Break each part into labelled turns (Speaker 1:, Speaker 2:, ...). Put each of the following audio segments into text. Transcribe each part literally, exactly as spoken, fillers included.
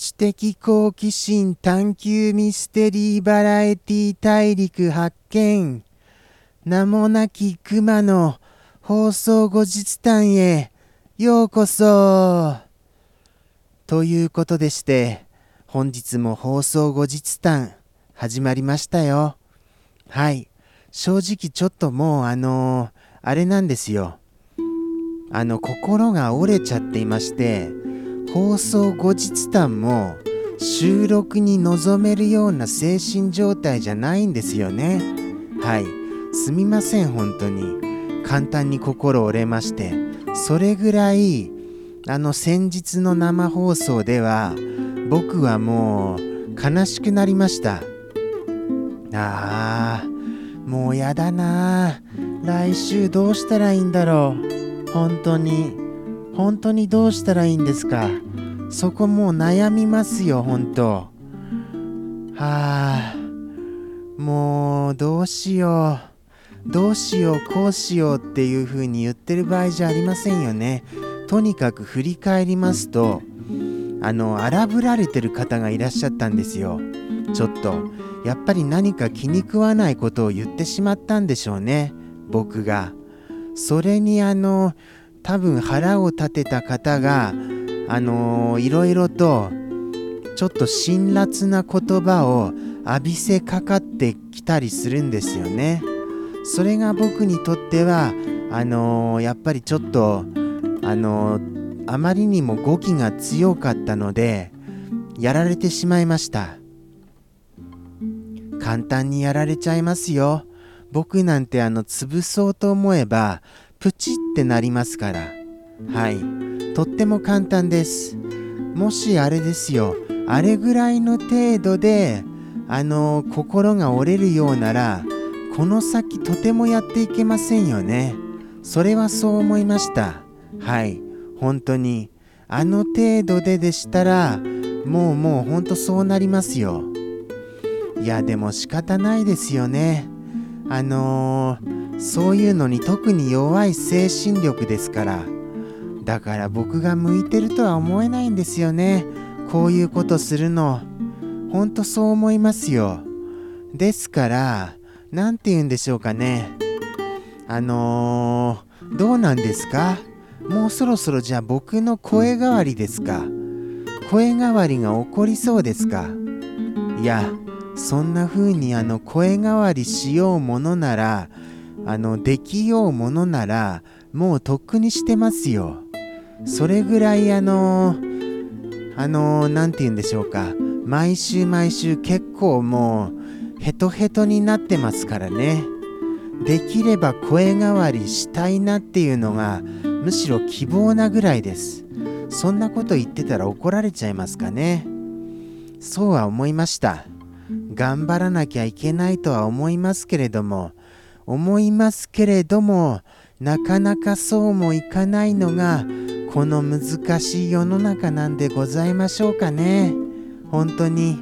Speaker 1: 知的好奇心探求ミステリーバラエティ大陸発見。名もなき熊の放送後日談へようこそ。ということでして、本日も放送後日談始まりましたよ。はい。正直ちょっともうあのー、あれなんですよ。あの心が折れちゃっていまして、放送後日談も収録に臨めるような精神状態じゃないんですよね。はい。すみません、本当に。簡単に心折れまして。それぐらい、あの先日の生放送では、僕はもう悲しくなりました。あー、もうやだな。来週どうしたらいいんだろう。本当に。本当にどうしたらいいんですか。そこもう悩みますよ、本当。はあ、もうどうしよう。どうしよう、こうしようっていう風に言ってる場合じゃありませんよね。とにかく振り返りますと、あの、荒ぶられてる方がいらっしゃったんですよ。ちょっと、やっぱり何か気に食わないことを言ってしまったんでしょうね、僕が。それにあの、多分腹を立てた方が、あのー、いろいろとちょっと辛辣な言葉を浴びせかかってきたりするんですよね。それが僕にとってはあのー、やっぱりちょっとあのー、あまりにも語気が強かったのでやられてしまいました。簡単にやられちゃいますよ。僕なんてあの潰そうと思えばプチってなりますから。はい。とっても簡単です。もしあれですよ。あれぐらいの程度で、あのー、心が折れるようなら、この先とてもやっていけませんよね。それはそう思いました。はい。本当に。あの程度ででしたら、もうもう本当そうなりますよ。いや、でも仕方ないですよね。あのー、そういうのに特に弱い精神力ですから。だから僕が向いてるとは思えないんですよね。こういうことするの。ほんとそう思いますよ。ですから、なんて言うんでしょうかね。あのー、どうなんですか？もうそろそろじゃあ僕の声変わりですか？声変わりが起こりそうですか？いや、そんな風にあの声変わりしようものなら、あのできようものならもうとっくにしてますよ。それぐらいあのー、あのー、なんて言うんでしょうか、毎週毎週結構もうヘトヘトになってますからね。できれば声変わりしたいなっていうのがむしろ希望なぐらいです。そんなこと言ってたら怒られちゃいますかね。そうは思いました。頑張らなきゃいけないとは思いますけれども思いますけれどもなかなかそうもいかないのがこの難しい世の中なんでございましょうかね。本当に。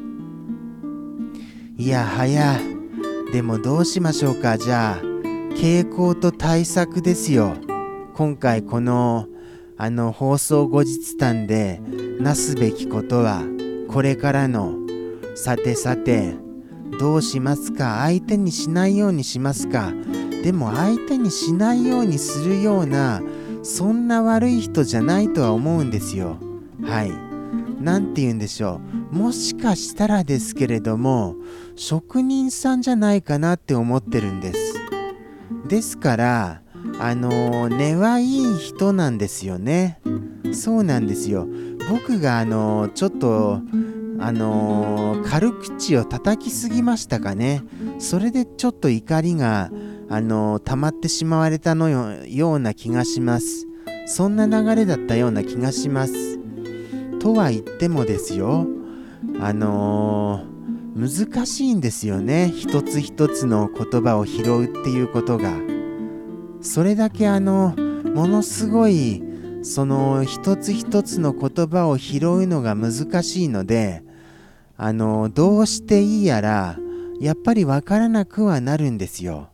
Speaker 1: いやはや、でもどうしましょうか。じゃあ傾向と対策ですよ。今回このあの放送後日談でなすべきことはこれからのさてさてどうしますか。相手にしないようにしますか。でも相手にしないようにするようなそんな悪い人じゃないとは思うんですよ。はい。なんて言うんでしょう。もしかしたらですけれども職人さんじゃないかなって思ってるんです。ですからあのー、根はいい人なんですよね。そうなんですよ。僕があのー、ちょっとあのー、軽口を叩きすぎましたかね。それでちょっと怒りが、あのー、溜まってしまわれたの よ, ような気がします。そんな流れだったような気がします。とは言ってもですよ、あのー、難しいんですよね。一つ一つの言葉を拾うっていうことが。それだけあのものすごいその一つ一つの言葉を拾うのが難しいので、あのどうしていいやらやっぱりわからなくはなるんですよ。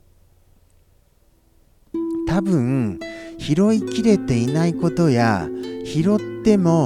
Speaker 1: 多分拾いきれていないことや拾っても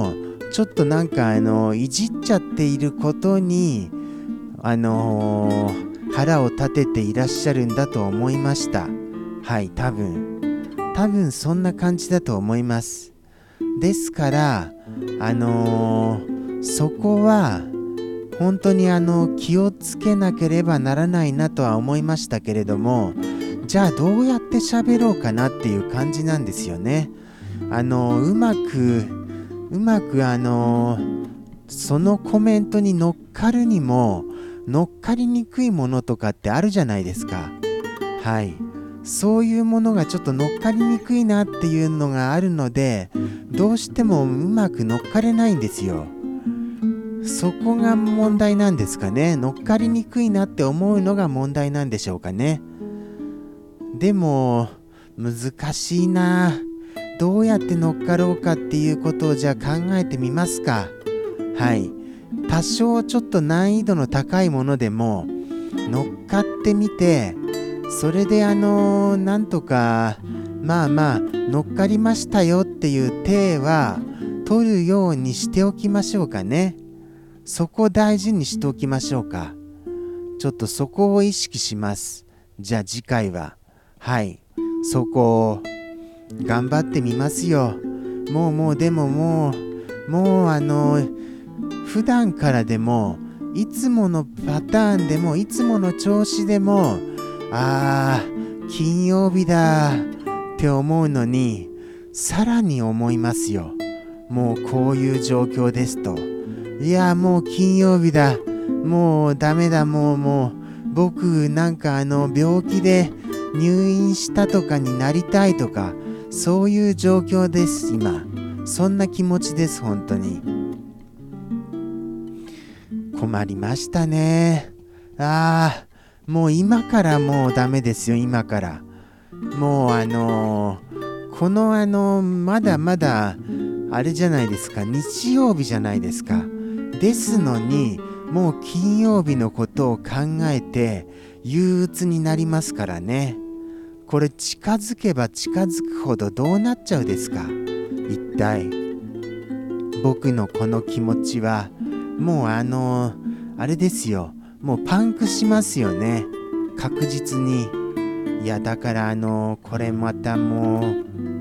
Speaker 1: ちょっとなんかあのいじっちゃっていることにあのー、腹を立てていらっしゃるんだと思いました。はい、多分多分そんな感じだと思います。ですからあのー、そこは本当にあの気をつけなければならないなとは思いましたけれども、じゃあどうやって喋ろうかなっていう感じなんですよね。あのうまくうまくあのそのコメントに乗っかるにも乗っかりにくいものとかってあるじゃないですか。はい、そういうものがちょっと乗っかりにくいなっていうのがあるので、どうしてもうまく乗っかれないんですよ。そこが問題なんですかね。乗っかりにくいなって思うのが問題なんでしょうかね。でも難しいな。どうやって乗っかろうかっていうことをじゃあ考えてみますか。はい、多少ちょっと難易度の高いものでも乗っかってみて、それであのー、なんとかまあまあ乗っかりましたよっていう体は取るようにしておきましょうかね。そこを大事にしておきましょうか。ちょっとそこを意識します。じゃあ次回ははいそこを頑張ってみますよ。もうもうでももうもうあの普段からでもいつものパターンでもいつもの調子でもあー金曜日だって思うのにさらに思いますよ。もうこういう状況ですと、いやもう金曜日だ、もうダメだ、もうもう僕なんかあの病気で入院したとかになりたいとかそういう状況です。今そんな気持ちです。本当に困りましたね。あーもう今からもうダメですよ。今からもうあのー、このあのー、まだまだあれじゃないですか、日曜日じゃないですか。ですのにもう金曜日のことを考えて憂鬱になりますからね。これ近づけば近づくほどどうなっちゃうですか。一体僕のこの気持ちはもうあのー、あれですよ、もうパンクしますよね、確実に。いやだからあのー、これまたもう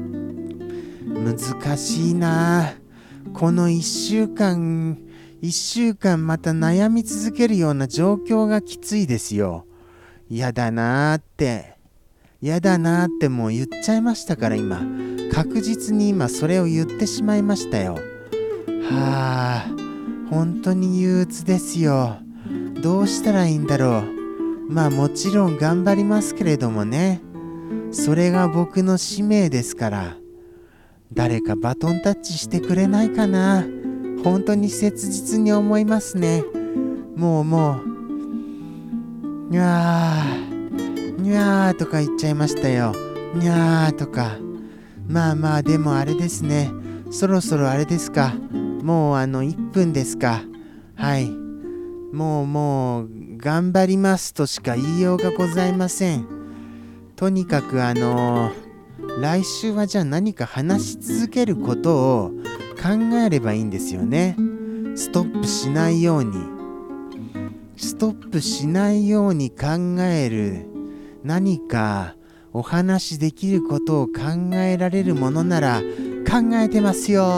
Speaker 1: 難しいな。このいっしゅうかんいっしゅうかんまた悩み続けるような状況がきついですよ。やだなーってやだなーってもう言っちゃいましたから、今確実に今それを言ってしまいましたよ。はあ本当に憂鬱ですよ。どうしたらいいんだろう。まあもちろん頑張りますけれどもね、それが僕の使命ですから。誰かバトンタッチしてくれないかな。本当に切実に思いますね。もうもうにゃーにゃーとか言っちゃいましたよ。にゃーとか。まあまあでもあれですね、そろそろあれですか、もうあのいっぷんですか。はい、もうもう頑張りますとしか言いようがございません。とにかくあのー来週はじゃあ何か話し続けることを考えればいいんですよね。ストップしないようにストップしないように考える何かお話できることを考えられるものなら考えてますよ。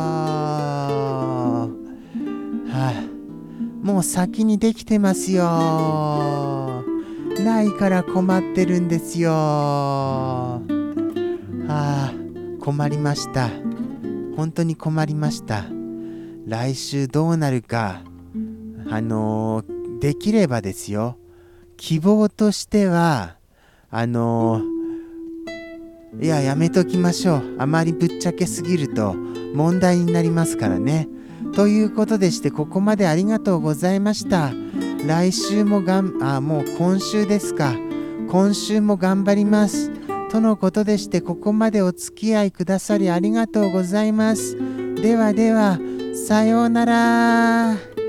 Speaker 1: はあ、もう先にできてますよ。ないから困ってるんですよ。はあ、困りました。本当に困りました。来週どうなるか、あのー、できればですよ、希望としてはあのー、いややめときましょう。あまりぶっちゃけすぎると問題になりますからね。ということでして、ここまでありがとうございました。来週もがんあもう今週ですか、今週も頑張りますとのことでして、ここまでお付き合いくださりありがとうございます。ではでは、さようなら。